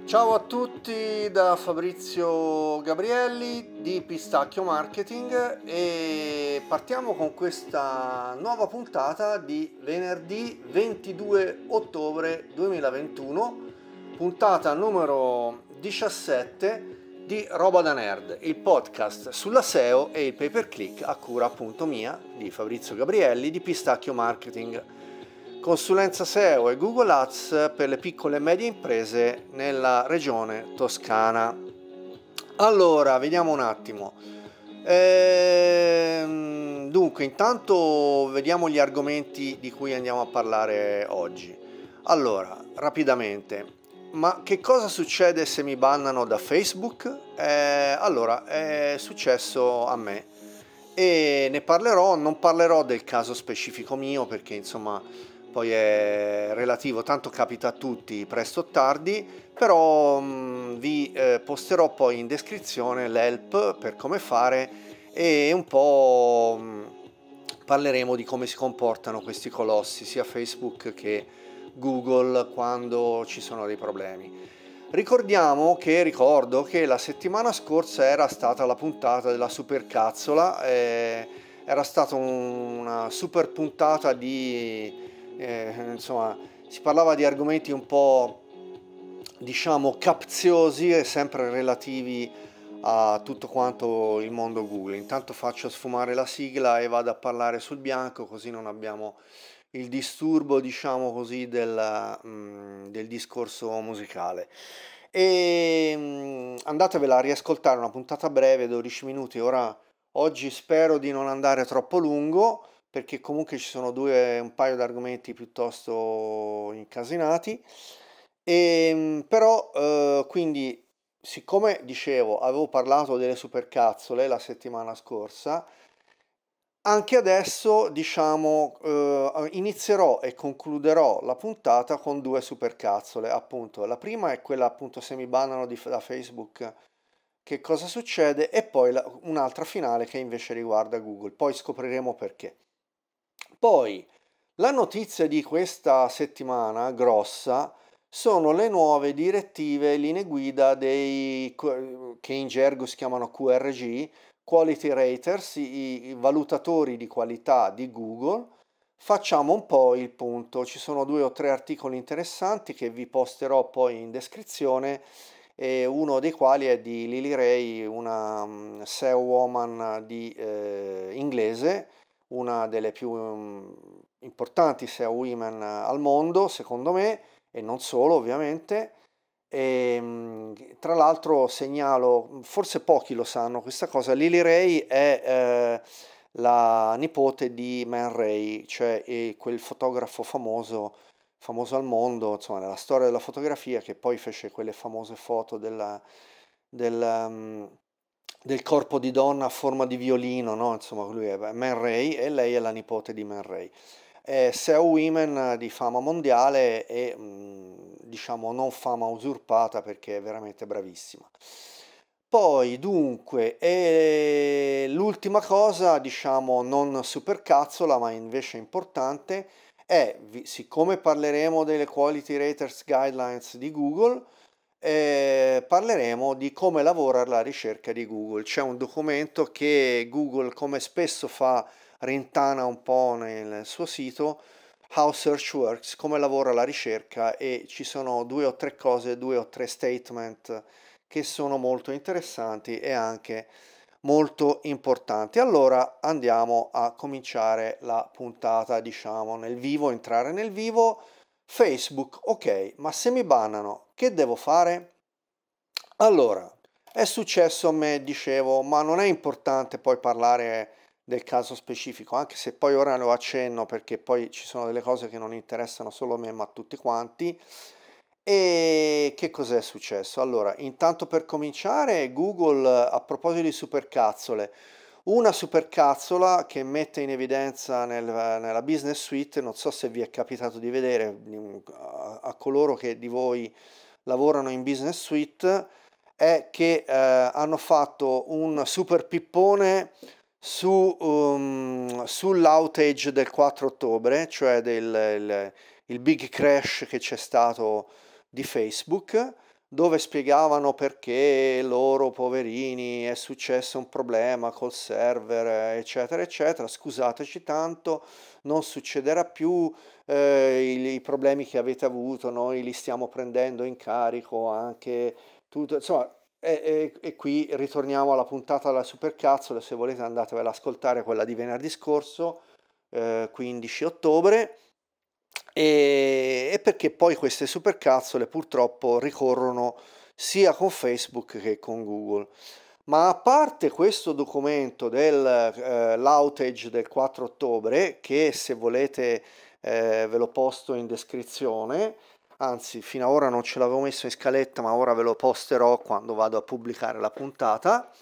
Ciao a tutti da Fabrizio Gabrielli di Pistacchio Marketing e partiamo con questa nuova puntata di venerdì 22 ottobre 2021, puntata numero 17 di Roba da Nerd, il podcast sulla SEO e il pay per click a cura appunto mia di Fabrizio Gabrielli di Pistacchio Marketing. Consulenza SEO e Google Ads per le piccole e medie imprese nella regione toscana. Allora, vediamo un attimo. Dunque, intanto vediamo gli argomenti di cui andiamo a parlare oggi. Allora, rapidamente, ma che cosa succede se mi bannano da Facebook? Allora, è successo a me e ne parlerò, non parlerò del caso specifico mio perché insomma poi è relativo, tanto capita a tutti presto o tardi, però vi posterò poi in descrizione l'help per come fare e un po' parleremo di come si comportano questi colossi, sia Facebook che Google, quando ci sono dei problemi. Ricordo che la settimana scorsa era stata la puntata della supercazzola, era stata una super puntata insomma, si parlava di argomenti un po', diciamo, capziosi e sempre relativi a tutto quanto il mondo Google. Intanto faccio sfumare la sigla e vado a parlare sul bianco, così non abbiamo il disturbo, diciamo così, del discorso musicale. E andatevela a riascoltare, una puntata breve, 12 minuti. Ora, oggi spero di non andare troppo lungo, perché comunque ci sono un paio di argomenti piuttosto incasinati. Però, quindi, siccome dicevo, avevo parlato delle supercazzole la settimana scorsa, anche adesso, diciamo, inizierò e concluderò la puntata con due supercazzole, appunto. La prima è quella, appunto, se mi bannano da Facebook, che cosa succede, e poi un'altra finale che invece riguarda Google. Poi scopriremo perché. Poi, la notizia di questa settimana grossa sono le nuove direttive e linee guida che in gergo si chiamano QRG, Quality Raters, i valutatori di qualità di Google. Facciamo un po' il punto, ci sono 2 o 3 articoli interessanti che vi posterò poi in descrizione, e uno dei quali è di Lily Ray, una SEO woman inglese, una delle più importanti SEO women al mondo, secondo me, e non solo ovviamente. Tra l'altro segnalo, forse pochi lo sanno questa cosa, Lily Ray è la nipote di Man Ray, cioè quel fotografo famoso al mondo, insomma, nella storia della fotografia, che poi fece quelle famose foto del, um, del corpo di donna a forma di violino, no? Insomma, lui è Man Ray e lei è la nipote di Man Ray. È SEO Women di fama mondiale e diciamo non fama usurpata perché è veramente bravissima. Poi dunque, l'ultima cosa, diciamo non supercazzola ma invece importante, è, siccome parleremo delle Quality Raters Guidelines di Google, parleremo di come lavora la ricerca di Google. C'è un documento che Google, come spesso fa, rintana un po' nel suo sito, How Search Works, come lavora la ricerca, e ci sono 2 o 3 cose, 2 o 3 statement che sono molto interessanti e anche molto importanti. Allora andiamo a cominciare la puntata, diciamo, nel vivo, entrare nel vivo. Facebook, ok, ma se mi bannano, che devo fare? Allora, è successo a me, dicevo, ma non è importante poi parlare del caso specifico, anche se poi ora lo accenno perché poi ci sono delle cose che non interessano solo a me ma a tutti quanti. E che cos'è successo? Allora, intanto per cominciare, Google, a proposito di supercazzole, una supercazzola che mette in evidenza nella Business Suite, non so se vi è capitato di vedere, a coloro che di voi lavorano in Business Suite, è che hanno fatto un super pippone sull'outage del 4 ottobre, cioè il big crash che c'è stato di Facebook, dove spiegavano perché loro poverini è successo un problema col server, eccetera, eccetera. Scusateci tanto, non succederà più, i problemi che avete avuto, noi li stiamo prendendo in carico anche tutto, insomma. E qui ritorniamo alla puntata della supercazzole, se volete andatevela ad ascoltare, quella di venerdì scorso, 15 ottobre, e perché poi queste supercazzole purtroppo ricorrono sia con Facebook che con Google. Ma a parte questo documento l'outage del 4 ottobre, che se volete ve lo posto in descrizione, anzi fino ad ora non ce l'avevo messo in scaletta, ma ora ve lo posterò quando vado a pubblicare la puntata.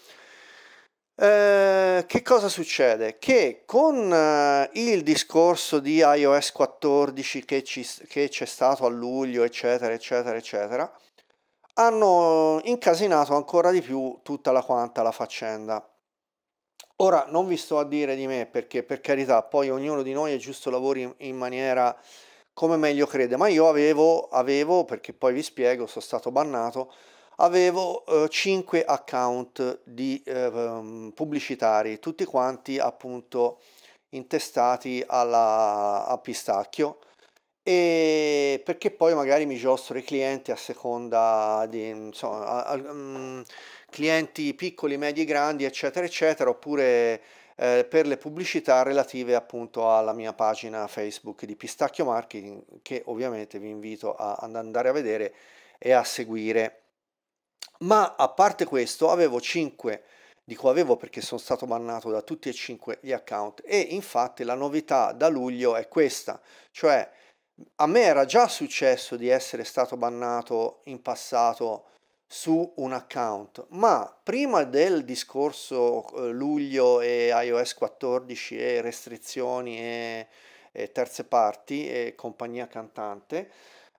Che cosa succede? Che con il discorso di iOS 14 che c'è stato a luglio, eccetera, eccetera, eccetera, hanno incasinato ancora di più tutta la quanta la faccenda. Ora non vi sto a dire di me perché per carità poi ognuno di noi è giusto lavori in maniera come meglio crede, ma io avevo, perché poi vi spiego, sono stato bannato, avevo 5 account pubblicitari, tutti quanti appunto intestati a pistacchio, e perché poi magari mi giostro i clienti a seconda di, insomma, clienti piccoli, medi e grandi, eccetera, eccetera, oppure per le pubblicità relative appunto alla mia pagina Facebook di Pistacchio Marketing, che ovviamente vi invito ad andare a vedere e a seguire. Ma a parte questo, avevo 5, dico avevo perché sono stato bannato da tutti e 5 gli account, e infatti la novità da luglio è questa, cioè a me era già successo di essere stato bannato in passato su un account, ma prima del discorso luglio e iOS 14 e restrizioni e terze parti e compagnia cantante,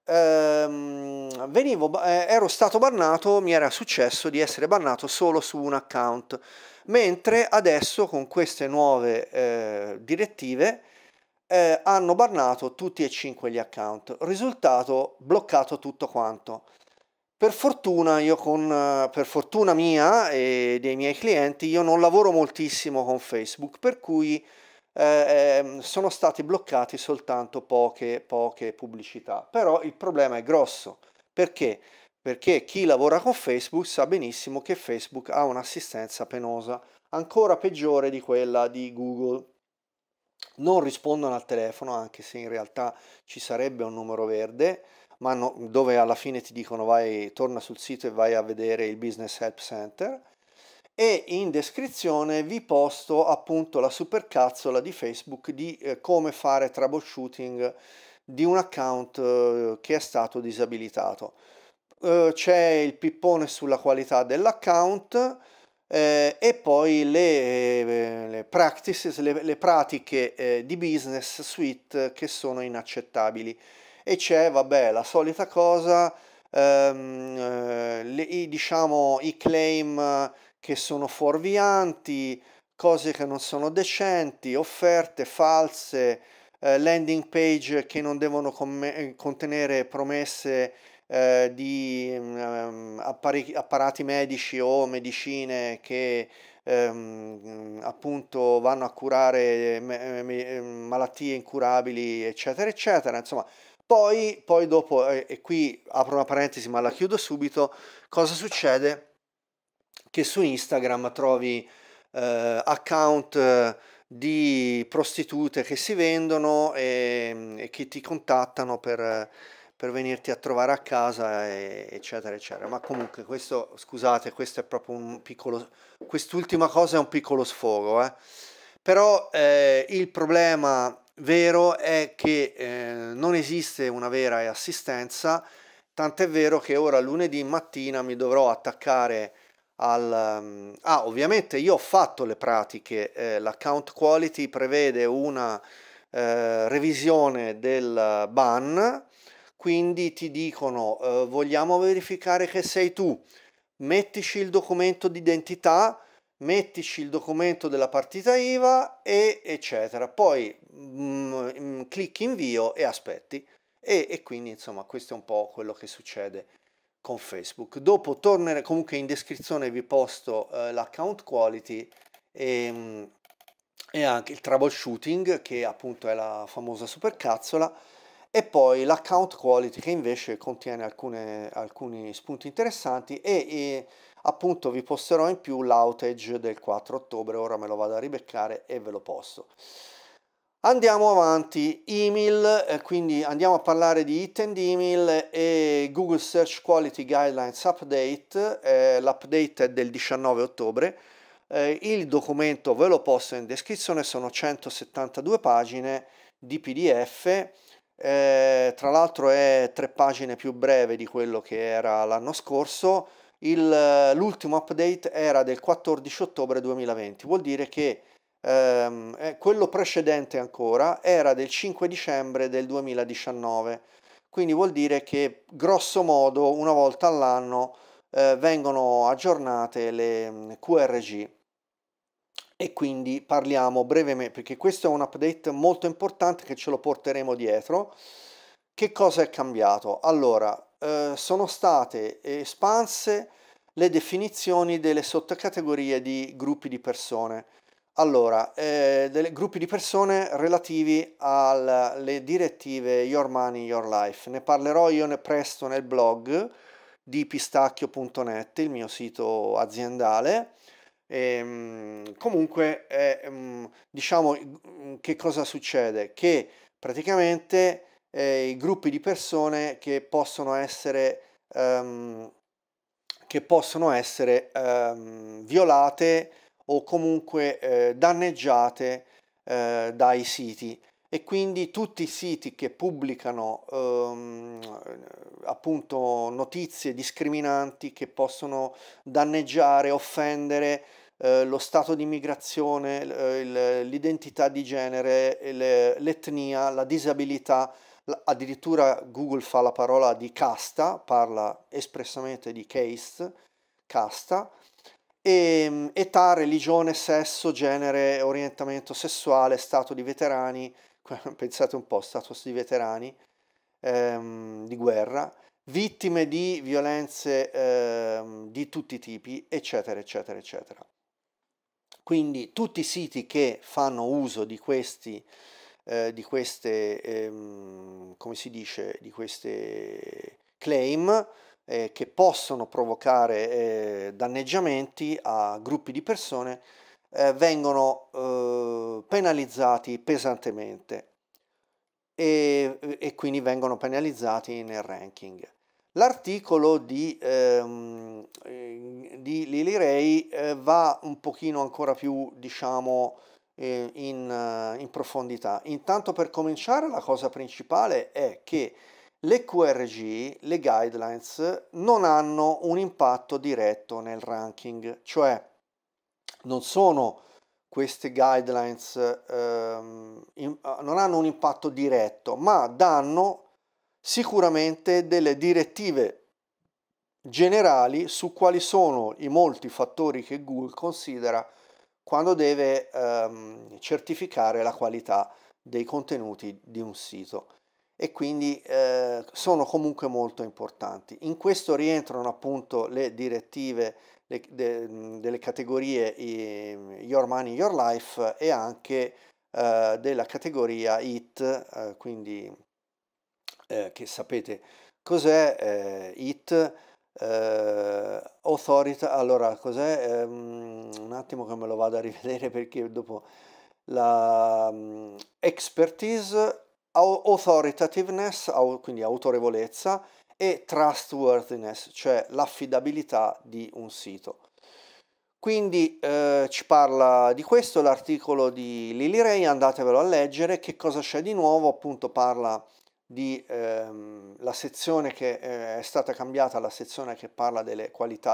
ero stato bannato, mi era successo di essere bannato solo su un account, mentre adesso con queste nuove direttive hanno bannato tutti e 5 gli account. Risultato, bloccato tutto quanto. Per fortuna per fortuna mia e dei miei clienti, io non lavoro moltissimo con Facebook, per cui sono stati bloccati soltanto poche pubblicità. Però il problema è grosso. Perché? Perché chi lavora con Facebook sa benissimo che Facebook ha un'assistenza penosa, ancora peggiore di quella di Google. Non rispondono al telefono, anche se in realtà ci sarebbe un numero verde, ma dove alla fine ti dicono vai, torna sul sito e vai a vedere il Business Help Center. E in descrizione vi posto appunto la supercazzola di Facebook di come fare troubleshooting di un account che è stato disabilitato. C'è il pippone sulla qualità dell'account, e poi le practices, le pratiche di business suite che sono inaccettabili. E c'è, vabbè, la solita cosa, diciamo, i claim che sono fuorvianti, cose che non sono decenti, offerte false, landing page che non devono contenere promesse di apparati medici o medicine che appunto vanno a curare malattie incurabili, eccetera, eccetera. Insomma, poi dopo, e qui apro una parentesi ma la chiudo subito, cosa succede? Che su Instagram trovi account di prostitute che si vendono e che ti contattano per venirti a trovare a casa, eccetera, eccetera. Ma comunque questo, scusate, questo è proprio un piccolo, quest'ultima cosa è un piccolo sfogo, eh. Però il problema vero è che non esiste una vera assistenza, tant'è vero che ora lunedì mattina mi dovrò attaccare ovviamente io ho fatto le pratiche, l'account quality prevede una revisione del ban, quindi ti dicono vogliamo verificare che sei tu, mettici il documento d'identità, mettici il documento della partita IVA e eccetera, poi clicchi invio e aspetti, e quindi insomma questo è un po' quello che succede con Facebook. Dopo tornerò, comunque in descrizione vi posto l'account quality e anche il troubleshooting, che appunto è la famosa supercazzola, e poi l'account quality, che invece contiene alcuni spunti interessanti, e appunto vi posterò in più l'outage del 4 ottobre. Ora me lo vado a ribeccare e ve lo posto. Andiamo avanti, email, quindi andiamo a parlare di It and Email e Google Search Quality Guidelines Update. L'update è del 19 ottobre. Il documento ve lo posto in descrizione, sono 172 pagine di PDF. Tra l'altro è 3 pagine più breve di quello che era l'anno scorso. L'ultimo update era del 14 ottobre 2020, vuol dire che quello precedente ancora era del 5 dicembre del 2019, quindi vuol dire che grosso modo una volta all'anno vengono aggiornate le QRG. E quindi parliamo brevemente, perché questo è un update molto importante che ce lo porteremo dietro. Che cosa è cambiato? Allora, sono state espanse le definizioni delle sottocategorie di gruppi di persone. Allora, dei gruppi di persone relativi alle direttive Your Money, Your Life. Ne parlerò io presto nel blog di pistacchio.net, il mio sito aziendale. Comunque, diciamo, che cosa succede? Che praticamente i gruppi di persone che possono essere violate o comunque danneggiate dai siti, e quindi tutti i siti che pubblicano appunto notizie discriminanti che possono danneggiare, offendere lo stato di migrazione, l'identità di genere, l'etnia, la disabilità. Addirittura Google fa la parola di casta, parla espressamente di casta, e età, religione, sesso, genere, orientamento sessuale, stato di veterani, pensate un po', status di veterani di guerra, vittime di violenze di tutti i tipi, eccetera, eccetera, eccetera. Quindi tutti i siti che fanno uso di queste, come si dice, di queste claim che possono provocare danneggiamenti a gruppi di persone, vengono penalizzati pesantemente e quindi vengono penalizzati nel ranking. L'articolo di Lily Ray va un pochino ancora più, diciamo, in profondità. Intanto, per cominciare, la cosa principale è che le QRG, le guidelines, non hanno un impatto diretto nel ranking, cioè non sono queste guidelines, non hanno un impatto diretto, ma danno sicuramente delle direttive generali su quali sono i molti fattori che Google considera quando deve certificare la qualità dei contenuti di un sito, e quindi sono comunque molto importanti. In questo rientrano appunto le direttive delle categorie Your Money, Your Life, e anche della categoria IT, quindi che sapete cos'è IT, Authority. Allora, cos'è? Un attimo che me lo vado a rivedere, perché dopo la expertise, authoritativeness, quindi autorevolezza, e trustworthiness, cioè l'affidabilità di un sito. Quindi ci parla di questo l'articolo di Lily Ray, andatevelo a leggere. Che cosa c'è di nuovo? Appunto parla di la sezione che è stata cambiata, la sezione che parla delle qualità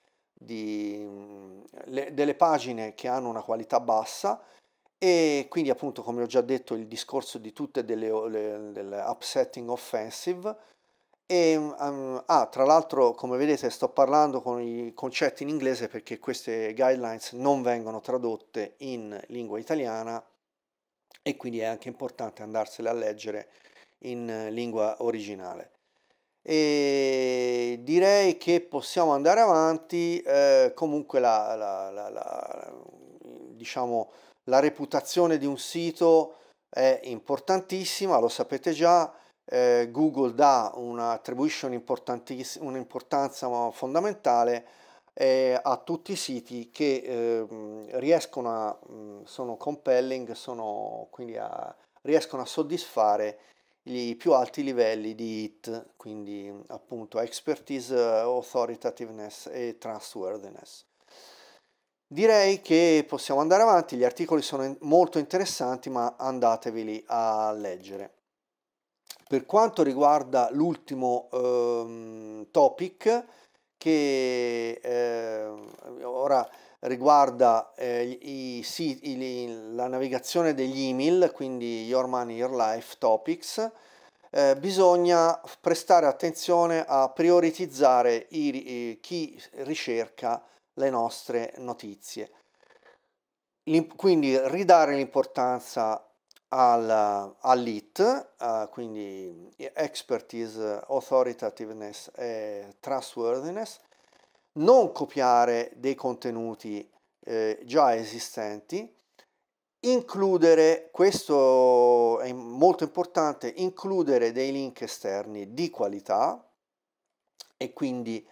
delle pagine che hanno una qualità bassa, e quindi appunto, come ho già detto, il discorso di tutte delle upsetting offensive. E tra l'altro, come vedete, sto parlando con i concetti in inglese perché queste guidelines non vengono tradotte in lingua italiana, e quindi è anche importante andarsele a leggere in lingua originale. e direi che possiamo andare avanti. Comunque diciamo, la reputazione di un sito è importantissima, lo sapete già. Google attribuisce un'importanza fondamentale a tutti i siti che sono compelling, riescono a soddisfare i più alti livelli di IT, quindi appunto expertise, authoritativeness e trustworthiness. Direi che possiamo andare avanti, gli articoli sono molto interessanti, ma andateveli a leggere. Per quanto riguarda l'ultimo topic, che ora riguarda la navigazione degli email, quindi Your Money, Your Life Topics, bisogna prestare attenzione a prioritizzare chi ricerca le nostre notizie. Quindi ridare l'importanza all'IT, quindi expertise, authoritativeness e trustworthiness, non copiare dei contenuti già esistenti, questo è molto importante, includere dei link esterni di qualità e quindi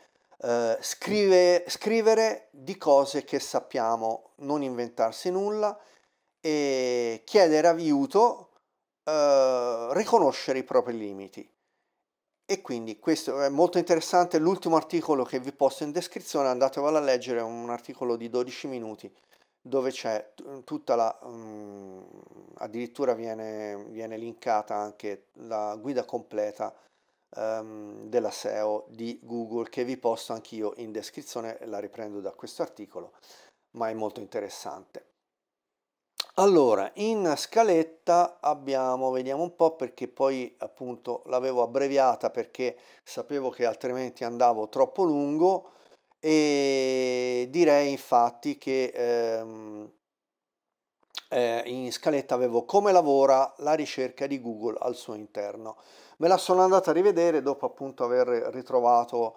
scrivere di cose che sappiamo, non inventarsi nulla e chiedere aiuto, riconoscere i propri limiti. E quindi questo è molto interessante. L'ultimo articolo che vi posto in descrizione, andatevelo a leggere, è un articolo di 12 minuti dove c'è tutta addirittura viene linkata anche la guida completa della SEO di Google, che vi posto anch'io in descrizione, la riprendo da questo articolo, ma è molto interessante. Allora, in scaletta vediamo un po', perché poi appunto l'avevo abbreviata perché sapevo che altrimenti andavo troppo lungo, e direi infatti che in scaletta avevo come lavora la ricerca di Google al suo interno. Me la sono andata a rivedere dopo appunto aver ritrovato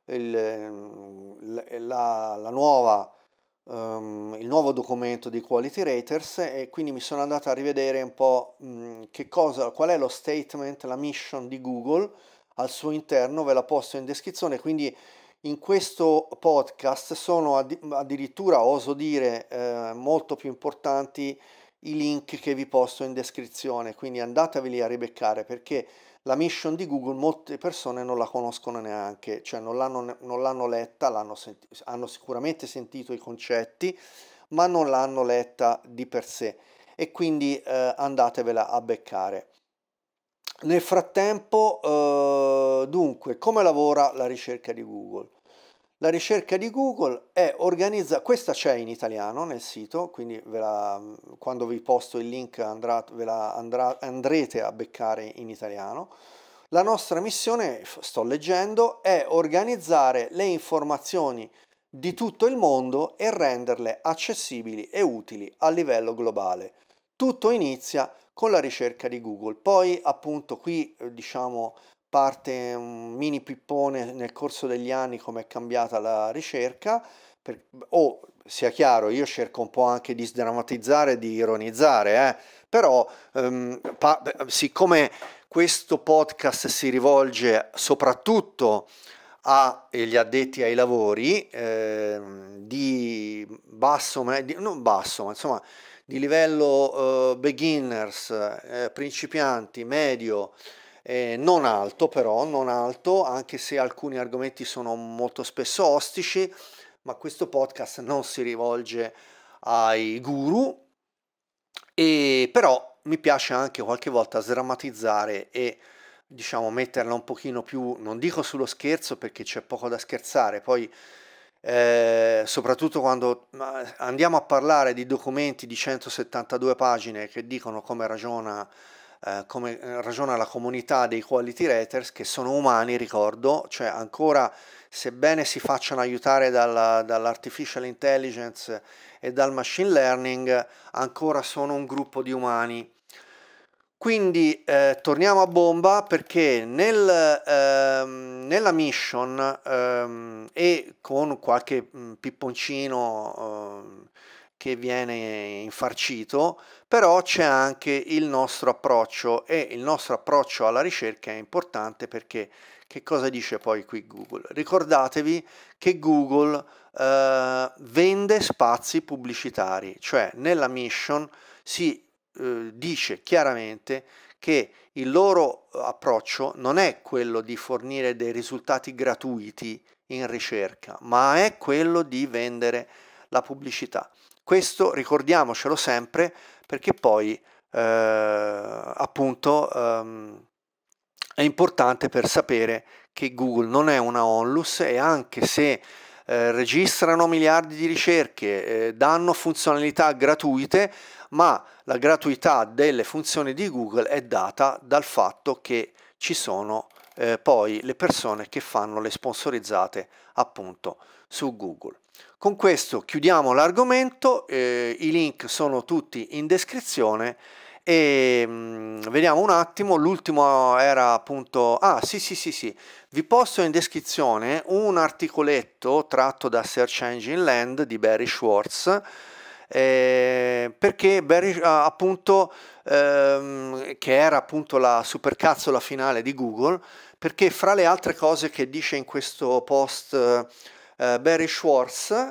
la nuova il nuovo documento di Quality Raters, e quindi mi sono andato a rivedere un po' qual è lo statement, la mission di Google al suo interno. Ve la posto in descrizione. Quindi in questo podcast sono addirittura, oso dire, molto più importanti i link che vi posto in descrizione, quindi andateveli a ribeccare, perché la mission di Google molte persone non la conoscono neanche, cioè non l'hanno letta, hanno sicuramente sentito i concetti, ma non l'hanno letta di per sé, e quindi andatevela a beccare. Nel frattempo, dunque, come lavora la ricerca di Google? La ricerca di Google è organizzata, questa c'è in italiano nel sito, quindi quando vi posto il link andrete a beccare in italiano. La nostra missione, sto leggendo, è organizzare le informazioni di tutto il mondo e renderle accessibili e utili a livello globale. Tutto inizia con la ricerca di Google. Poi appunto qui diciamo parte un mini pippone nel corso degli anni come è cambiata la ricerca, sia chiaro, io cerco un po' anche di sdrammatizzare e di ironizzare, però siccome questo podcast si rivolge soprattutto agli addetti ai lavori di basso, non basso, ma insomma di livello beginners, principianti, medio, non alto però, non alto, anche se alcuni argomenti sono molto spesso ostici, ma questo podcast non si rivolge ai guru, e però mi piace anche qualche volta sdrammatizzare e diciamo metterla un pochino più, non dico sullo scherzo perché c'è poco da scherzare, poi soprattutto quando andiamo a parlare di documenti di 172 pagine che dicono come ragiona la comunità dei quality raters, che sono umani, ricordo, cioè ancora, sebbene si facciano aiutare dall'artificial intelligence e dal machine learning, ancora sono un gruppo di umani. Quindi torniamo a bomba, perché nella mission e con qualche pipponcino che viene infarcito, però c'è anche il nostro approccio, e il nostro approccio alla ricerca è importante, perché che cosa dice poi qui Google? Ricordatevi che Google vende spazi pubblicitari, cioè nella mission si dice chiaramente che il loro approccio non è quello di fornire dei risultati gratuiti in ricerca, ma è quello di vendere la pubblicità. Questo ricordiamocelo sempre, perché poi appunto è importante per sapere che Google non è una onlus, e anche se registrano miliardi di ricerche, danno funzionalità gratuite, ma la gratuità delle funzioni di Google è data dal fatto che ci sono poi le persone che fanno le sponsorizzate appunto su Google. Con questo chiudiamo l'argomento, i link sono tutti in descrizione, e vediamo un attimo. L'ultimo era appunto, sì, vi posto in descrizione un articoletto tratto da Search Engine Land di Barry Schwartz, perché Barry appunto che era appunto la supercazzola finale di Google, perché fra le altre cose che dice in questo post Barry Schwartz,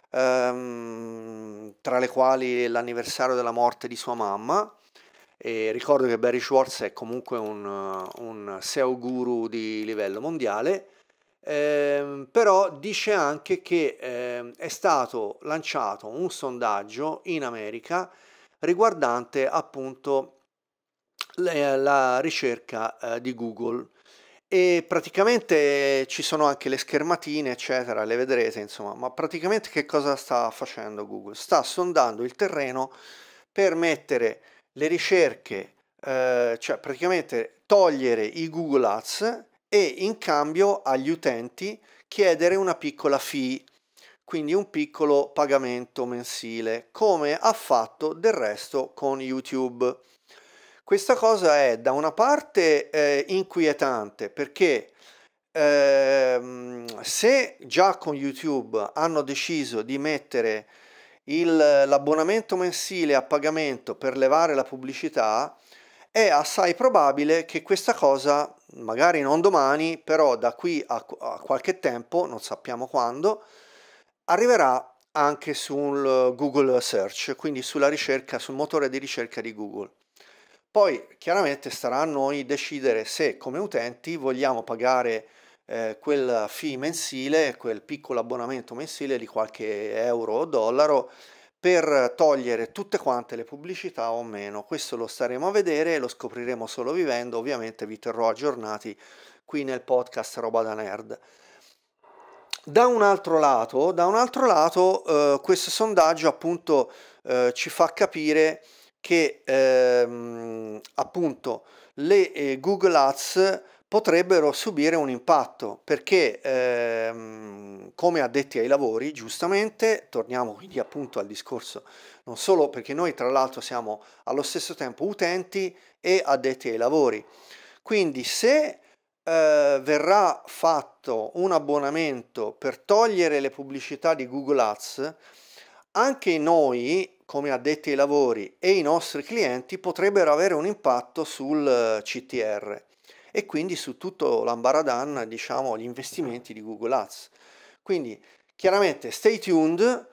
tra le quali l'anniversario della morte di sua mamma, e ricordo che Barry Schwartz è comunque un SEO guru di livello mondiale, però dice anche che è stato lanciato un sondaggio in America riguardante appunto la ricerca di Google, e praticamente ci sono anche le schermatine eccetera, le vedrete insomma. Ma praticamente che cosa sta facendo Google? Sta sondando il terreno per mettere le ricerche, cioè praticamente togliere i Google Ads e in cambio agli utenti chiedere una piccola fee, quindi un piccolo pagamento mensile, come ha fatto del resto con YouTube. Questa cosa è da una parte inquietante, perché se già con YouTube hanno deciso di mettere l'abbonamento mensile a pagamento per levare la pubblicità, è assai probabile che questa cosa, magari non domani, però da qui a qualche tempo, non sappiamo quando, arriverà anche sul Google Search, quindi sulla ricerca, sul motore di ricerca di Google. Poi chiaramente starà a noi decidere se come utenti vogliamo pagare quel fee mensile, quel piccolo abbonamento mensile di qualche euro o dollaro, per togliere tutte quante le pubblicità o meno. Questo lo staremo a vedere e lo scopriremo solo vivendo. Ovviamente vi terrò aggiornati qui nel podcast Roba da Nerd. Da un altro lato, questo sondaggio appunto ci fa capire che appunto le Google Ads potrebbero subire un impatto, perché come addetti ai lavori, giustamente, torniamo quindi appunto al discorso, non solo perché noi tra l'altro siamo allo stesso tempo utenti e addetti ai lavori, quindi se verrà fatto un abbonamento per togliere le pubblicità di Google Ads, anche noi come addetti ai lavori e i nostri clienti potrebbero avere un impatto sul CTR e quindi su tutto l'ambaradan, diciamo, gli investimenti di Google Ads. Quindi chiaramente stay tuned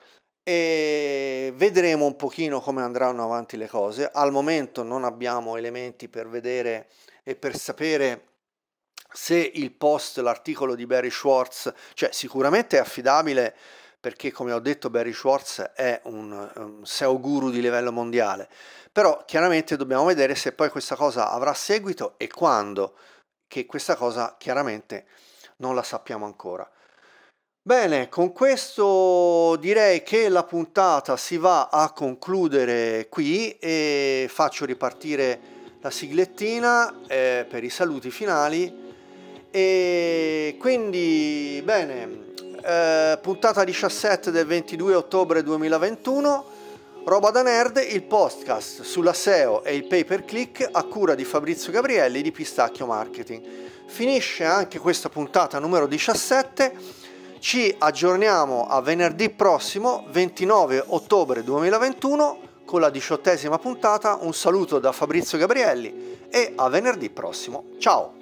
e vedremo un pochino come andranno avanti le cose. Al momento non abbiamo elementi per vedere e per sapere se il post, l'articolo di Barry Schwartz, cioè sicuramente è affidabile, perché come ho detto Barry Schwartz è un SEO guru di livello mondiale, però chiaramente dobbiamo vedere se poi questa cosa avrà seguito e quando, che questa cosa chiaramente non la sappiamo ancora. Bene, con questo direi che la puntata si va a concludere qui e faccio ripartire la siglettina per i saluti finali. E quindi, bene, puntata 17 del 22 ottobre 2021, Roba da Nerd, il podcast sulla SEO e il pay per click a cura di Fabrizio Gabrielli di Pistacchio Marketing. Finisce anche questa puntata numero 17, ci aggiorniamo a venerdì prossimo 29 ottobre 2021 con la 18ª puntata. Un saluto da Fabrizio Gabrielli e a venerdì prossimo. Ciao!